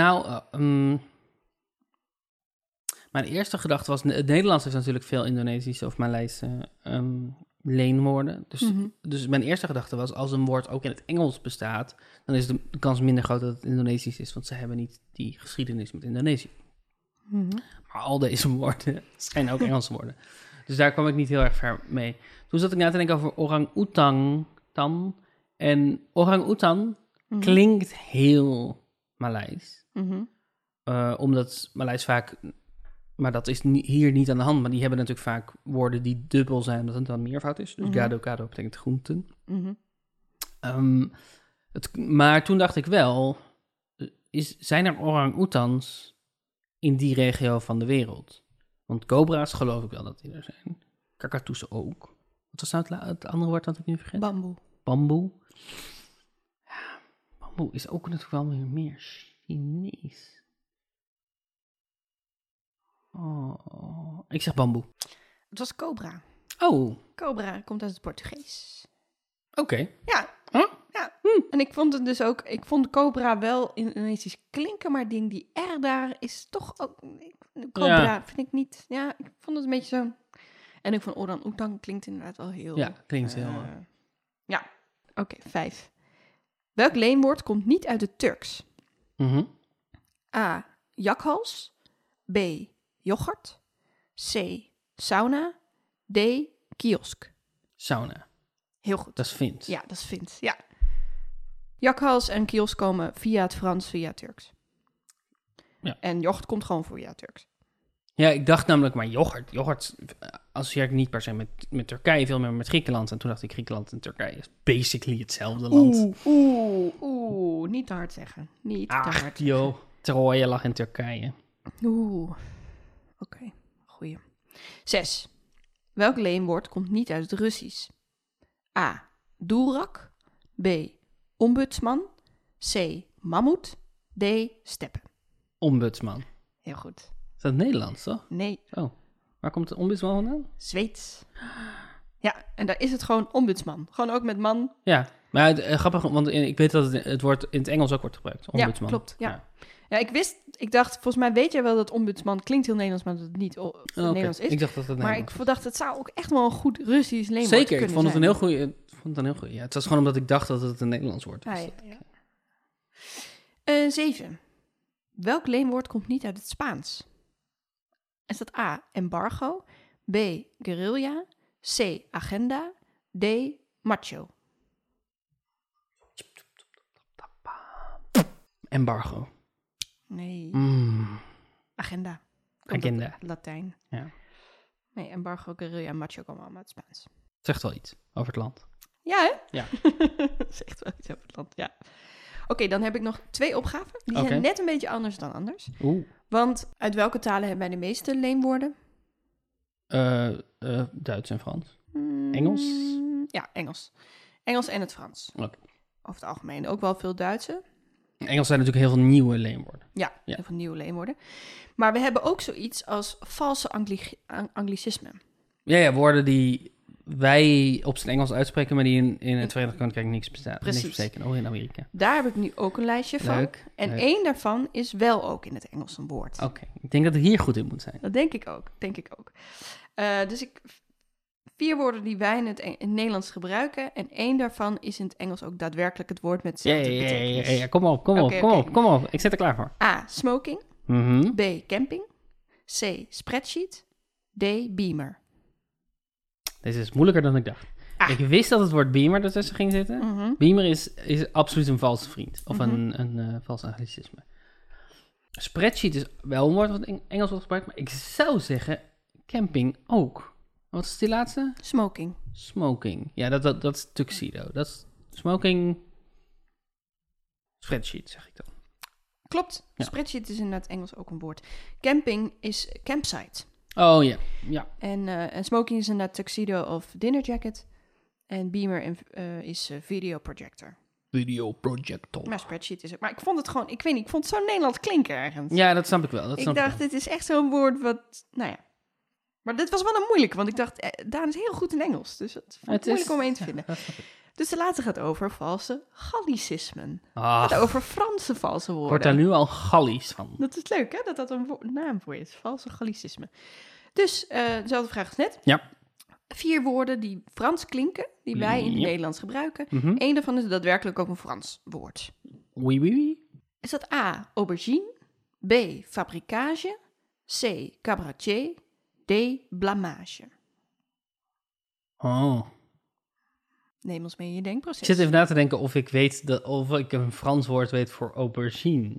Mijn eerste gedachte was... Het Nederlands heeft natuurlijk veel Indonesische of Maleise leenwoorden. Dus mijn eerste gedachte was... Als een woord ook in het Engels bestaat... dan is de kans minder groot dat het Indonesisch is... want ze hebben niet die geschiedenis met Indonesië. Maar al deze woorden schijnen ook Engelse woorden. Dus daar kwam ik niet heel erg ver mee. Toen zat ik na te denken over orang-oetang. En orang-oetang klinkt heel Maleis. Omdat Maleis vaak... Maar dat is hier niet aan de hand. Maar die hebben natuurlijk vaak woorden die dubbel zijn... omdat het dan meervoud is. Dus gado betekent groenten. Maar toen dacht ik wel... zijn er orang-oetangs in die regio van de wereld? Want cobra's geloof ik wel dat die er zijn. Kakatoes ook. Wat was nou het andere woord dat ik nu vergeet? Bamboe. Ja, bamboe is ook natuurlijk wel weer meer Chinees. Oh, ik zeg bamboe. Het was cobra. Oh. Cobra komt uit het Portugees. Oké. Ja. Huh? Ja. En ik vond het dus ook... Ik vond cobra wel Indonesisch klinken, maar die R daar is toch ook... Cobra vind ik niet... Ja, ik vond het een beetje zo... En ik vond orang-oetang klinkt inderdaad wel heel... Ja, klinkt heel... Ja. Oké, 5. Welk leenwoord komt niet uit het Turks? A. Jakhals. B. Yoghurt. C. Sauna. D. Kiosk. Sauna. Heel goed. Dat is Fins. Ja, dat is Fins. Ja. Jakhals en kiosk komen via het Frans, via het Turks. Ja. En yoghurt komt gewoon via het Turks. Ja, ik dacht namelijk, maar yoghurt associeer ik niet per se met Turkije, veel meer met Griekenland. En toen dacht ik, Griekenland en Turkije is basically hetzelfde land. Niet te hard zeggen. Niet te hard zeggen. Joh, Troje lag in Turkije. Oké, goeie. 6. Welk leenwoord komt niet uit het Russisch? A. Doelrak. B. Ombudsman. C. Mammoet. D. Steppen. Ombudsman. Heel goed. Is dat Nederlands, toch? Nee. Oh, waar komt de ombudsman vandaan? Zweeds. Ja, en daar is het gewoon ombudsman. Gewoon ook met man. Ja, maar grappig, want ik weet dat het woord in het Engels ook wordt gebruikt. Ombudsman. Ja, klopt. Ja, ik dacht, volgens mij weet jij wel dat ombudsman klinkt heel Nederlands, maar dat het niet Nederlands is. Ik dacht dat het Nederlands was. Maar ik dacht, het zou ook echt wel een goed Russisch leenwoord kunnen zijn. Zeker, ik vond het een heel goed. Ja, het was gewoon omdat ik dacht dat het een Nederlands woord was. Ja. 7. Welk leenwoord komt niet uit het Spaans? Is dat A, embargo, B, guerrilla, C, agenda, D, macho? Embargo. Nee. Agenda. Agenda. Latijn. Ja. Nee, embargo, guerrilla en macho komen allemaal uit het Spaans. Zegt wel iets over het land. Ja, hè? Ja. Zegt wel iets over het land, ja. Oké, dan heb ik nog 2 opgaven. Die zijn net een beetje anders dan anders. Want uit welke talen hebben wij de meeste leenwoorden? Duits en Frans. Engels? Ja, Engels. Engels en het Frans. Okay. Over het algemeen. Ook wel veel Duitse. Engels zijn natuurlijk heel veel nieuwe leenwoorden. Ja, heel veel nieuwe leenwoorden. Maar we hebben ook zoiets als valse anglicismen. Ja, woorden die wij op zijn Engels uitspreken, maar die in het Verenigd Koninkrijk niks bestaan. Precies. Niks betekenen, ook in Amerika. Daar heb ik nu ook een lijstje van. Leuk. Één daarvan is wel ook in het Engels een woord. Oké, ik denk dat het hier goed in moet zijn. Dat denk ik ook. Dus 4 woorden die wij in het Nederlands gebruiken. En 1 daarvan is in het Engels ook daadwerkelijk het woord met hetzelfde betekenis. Ja, kom op. Ik zit er klaar voor. A, smoking. B, camping. C, spreadsheet. D, beamer. Deze is moeilijker dan ik dacht. Ik wist dat het woord beamer ertussen ging zitten. Beamer is absoluut een valse vriend. Of een vals anglicisme. Spreadsheet is wel een woord wat in Engels wordt gebruikt. Maar ik zou zeggen camping ook. Wat is die laatste? Smoking. Ja, dat is tuxedo. Dat is smoking... Spreadsheet, zeg ik dan. Klopt. Ja. Spreadsheet is in het Engels ook een woord. Camping is campsite. Oh ja. En smoking is inderdaad tuxedo of dinner jacket. En beamer is video projector. Video projector. Maar spreadsheet is ook... Maar ik vond het gewoon... Ik weet niet, ik vond het zo Nederlands klinken ergens. Ja, dat snap ik wel. Ik dacht, dit is echt zo'n woord wat... Nou ja. Maar dit was wel een moeilijke, want ik dacht... Daan is heel goed in Engels, dus het vond moeilijk om één te vinden. Dus de laatste gaat over valse gallicismen. Gaat over Franse valse woorden. Wordt daar nu al Gallisch van. Dat is leuk, hè? Dat een naam voor is. Valse gallicismen. Dus, dezelfde vraag als net. Ja. 4 woorden die Frans klinken, die wij in het Nederlands gebruiken. Mm-hmm. Eén daarvan is daadwerkelijk ook een Frans woord. Oui. Is dat A, aubergine, B, fabricage, C, cabaretier, D, blamage? Oh. Neem ons mee in je denkproces. Ik zit even na te denken of ik weet of ik een Frans woord weet voor aubergine.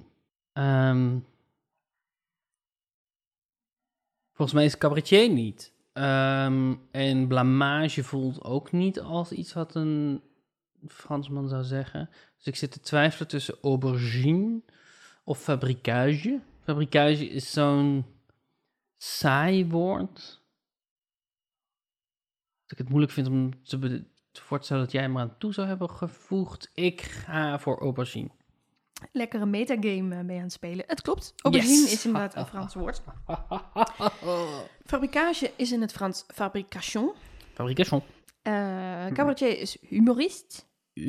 Volgens mij is cabaretier niet. En blamage voelt ook niet als iets wat een Fransman zou zeggen. Dus ik zit te twijfelen tussen aubergine of fabricage. Fabricage is zo'n saai woord. Dat ik het moeilijk vind om te voorstellen dat jij hem aan toe zou hebben gevoegd. Ik ga voor aubergine. Lekkere metagame ben je aan het spelen. Het klopt. Aubergine is inderdaad een Frans woord. Fabricage is in het Frans fabrication. Fabrication. Cabaretier is humoriste.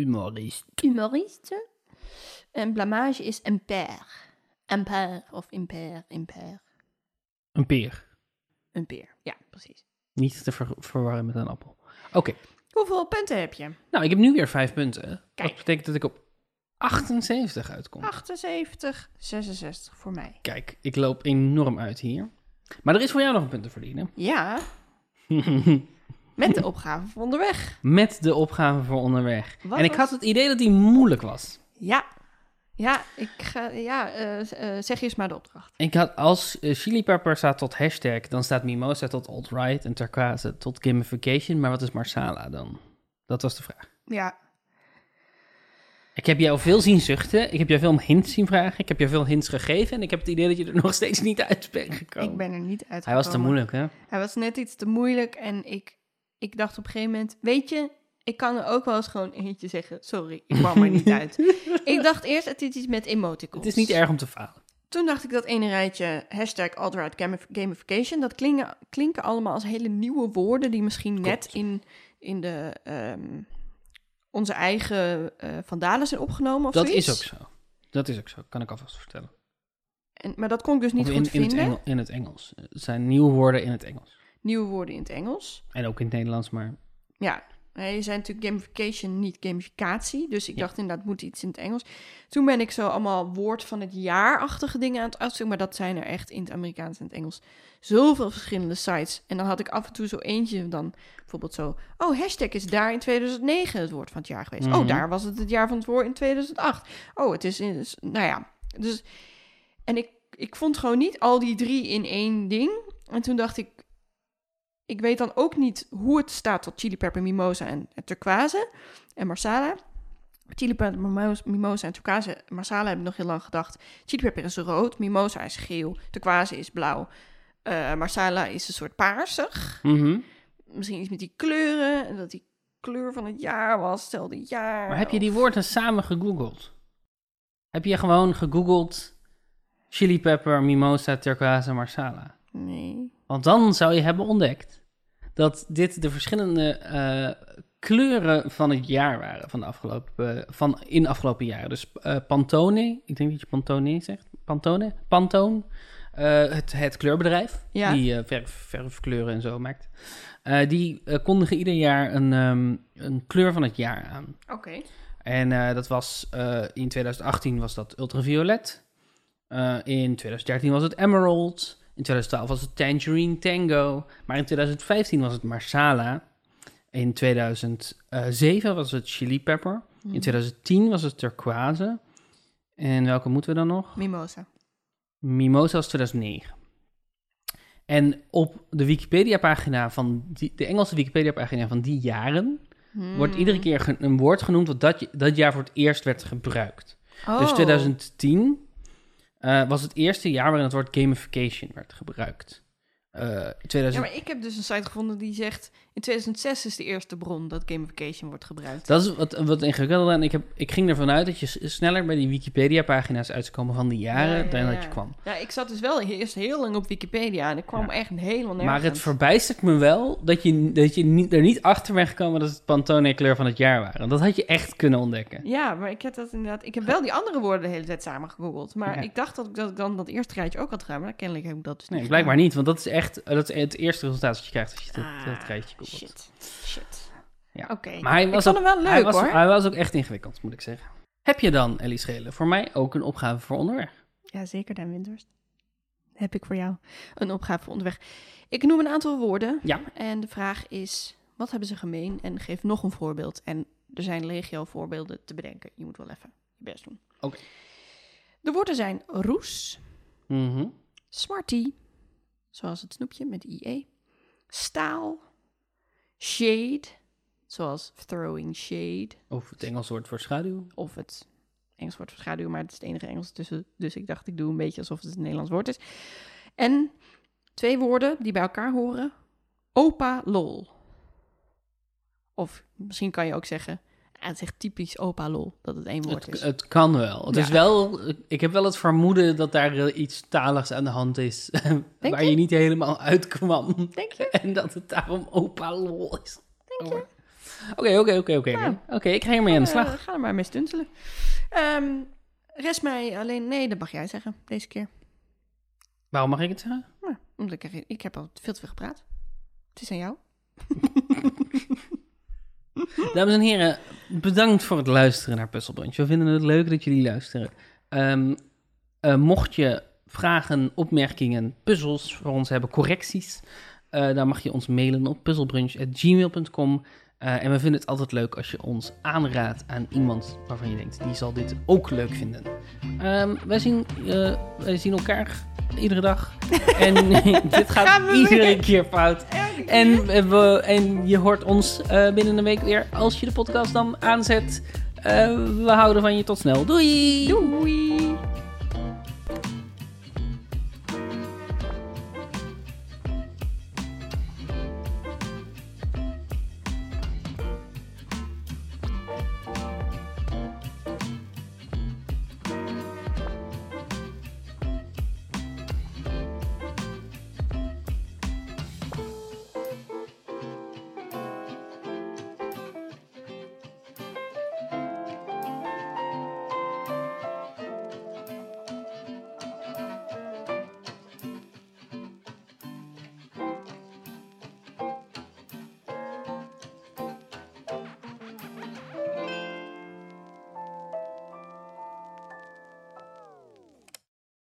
Humoriste. En blamage is impair. Impair of impair. Een peer. Een peer, ja, precies. Niet te verwarren met een appel. Oké. Hoeveel punten heb je? Nou, ik heb nu weer 5 punten. Kijk. Dat betekent dat ik op 78 uitkom. 78, 66 voor mij. Kijk, ik loop enorm uit hier. Maar er is voor jou nog een punt te verdienen. Ja. Met de opgave voor onderweg. Met de opgave voor onderweg. Ik had het idee dat die moeilijk was. Ja. Ja, zeg eens maar de opdracht. Ik had als Chili Pepper staat tot hashtag, dan staat Mimosa tot alt-right en Turquoise tot gamification. Maar wat is Marsala dan? Dat was de vraag. Ja. Ik heb jou veel zien zuchten. Ik heb jou veel om hints zien vragen. Ik heb jou veel hints gegeven. En ik heb het idee dat je er nog steeds niet uit bent gekomen. Ik ben er niet uitgekomen. Hij was te moeilijk, hè? Hij was net iets te moeilijk. En ik dacht op een gegeven moment... Weet je, ik kan er ook wel eens gewoon eentje zeggen... Sorry, ik kwam er niet uit. Ik dacht eerst, het is iets met emoticons. Het is niet erg om te falen. Toen dacht ik dat ene rijtje... Hashtag alt-right gamification... Dat klinken allemaal als hele nieuwe woorden... Die misschien net in de... onze eigen vandalen zijn opgenomen of dat zoiets. Dat is ook zo, kan ik alvast vertellen. Maar dat kon ik dus niet goed vinden. In het Engels. Het zijn nieuwe woorden in het Engels. Nieuwe woorden in het Engels. En ook in het Nederlands, maar... Ja, je zei natuurlijk gamification, niet gamificatie. Dus ik dacht inderdaad, moet iets in het Engels. Toen ben ik zo allemaal woord van het jaar-achtige dingen aan het uitzoeken. Maar dat zijn er echt in het Amerikaans en het Engels. Zoveel verschillende sites. En dan had ik af en toe zo eentje dan bijvoorbeeld zo... Oh, hashtag is daar in 2009 het woord van het jaar geweest. Mm-hmm. Oh, daar was het jaar van het woord in 2008. Oh, het is in... Nou ja, dus... En ik vond gewoon niet al die 3 in één ding. En toen dacht ik... Ik weet dan ook niet hoe het staat tot Chili Pepper, Mimosa en Turquoise en Marsala. Chili Pepper, Mimosa en Turquoise, Marsala heb ik nog heel lang gedacht. Chili Pepper is rood, Mimosa is geel, Turquoise is blauw. Marsala is een soort paarsig. Mm-hmm. Misschien iets met die kleuren. En dat die kleur van het jaar was, hetzelfde jaar. Maar heb je die woorden samen gegoogeld? Heb je gewoon gegoogeld Chili Pepper, Mimosa, Turquoise, Marsala? Nee. Want dan zou je hebben ontdekt dat dit de verschillende kleuren van het jaar waren in de afgelopen jaren. Dus Pantone, ik denk dat je Pantone zegt. Pantone. Het kleurbedrijf, die verfkleuren en zo maakt. Die kondigen ieder jaar een kleur van het jaar aan. Oké. En dat was in 2018 was dat ultraviolet. In 2013 was het emerald. In 2012 was het Tangerine Tango. Maar in 2015 was het Marsala. In 2007 was het Chili Pepper. In 2010 was het Turquoise. En welke moeten we dan nog? Mimosa. Mimosa was 2009. En op de Wikipedia-pagina de Engelse Wikipedia-pagina van die jaren wordt iedere keer een woord genoemd wat dat jaar voor het eerst werd gebruikt. Dus 2010 was het eerste jaar waarin het woord gamification werd gebruikt. Ja, maar ik heb dus een site gevonden die zegt... in 2006 is de eerste bron dat gamification wordt gebruikt. Dat is wat ingewikkelder. En ik ging ervan uit dat je sneller bij die Wikipedia-pagina's uit zou komen van die jaren dan dat je kwam. Ja, ik zat dus wel eerst heel lang op Wikipedia en ik kwam echt helemaal nergens. Maar het verbijstert me wel dat je er niet achter bent gekomen dat het Pantone-kleur van het jaar waren. Dat had je echt kunnen ontdekken. Ja, maar ik heb dat inderdaad... Ik heb wel die andere woorden de hele tijd samen gegoogeld. Maar ik dacht dat ik dan dat eerste rijtje ook had gedaan. Maar kennelijk heb ik dat dus niet blijkbaar niet, want dat is het eerste resultaat dat je krijgt als je dat rijtje googelt. Shit. Ja. Oké. Maar hij was vond hem wel leuk, hoor. Hij was ook echt ingewikkeld, moet ik zeggen. Heb je dan, Ellie Schelen, voor mij ook een opgave voor onderweg? Ja, zeker, Dan Windhorst. Heb ik voor jou een opgave voor onderweg. Ik noem een aantal woorden. Ja. En de vraag is, wat hebben ze gemeen? En geef nog een voorbeeld. En er zijn legio voorbeelden te bedenken. Je moet wel even je best doen. Oké. De woorden zijn roes, smartie, zoals het snoepje met IE, staal, shade, zoals throwing shade. Of het Engels woord voor schaduw. Of het Engels woord voor schaduw, maar het is het enige Engels tussen. Dus ik dacht, ik doe een beetje alsof het een Nederlands woord is. En 2 woorden die bij elkaar horen. Opa lol. Of misschien kan je ook zeggen, het is echt typisch opa lol, dat het 1 woord is. Het kan wel. Het is wel. Ik heb wel het vermoeden dat daar iets taligs aan de hand is. Waar je niet helemaal uitkwam. Denk je? En dat het daarom opa lol is. Denk je? Oké. Nou, Oké, ik ga hiermee aan de slag. Ga er maar mee stuntelen. Rest mij alleen... Nee, dat mag jij zeggen, deze keer. Waarom mag ik het zeggen? Nou, omdat ik heb al veel te veel gepraat. Het is aan jou. Dames en heren, bedankt voor het luisteren naar Puzzlebrunch. We vinden het leuk dat jullie luisteren. Mocht je vragen, opmerkingen, puzzels voor ons hebben, correcties... dan mag je ons mailen op puzzlebrunch@gmail.com. En we vinden het altijd leuk als je ons aanraadt aan iemand waarvan je denkt, die zal dit ook leuk vinden. Wij zien elkaar iedere dag. En dit gaat iedere keer fout. En je hoort ons binnen een week weer als je de podcast dan aanzet. We houden van je. Tot snel. Doei! Doei!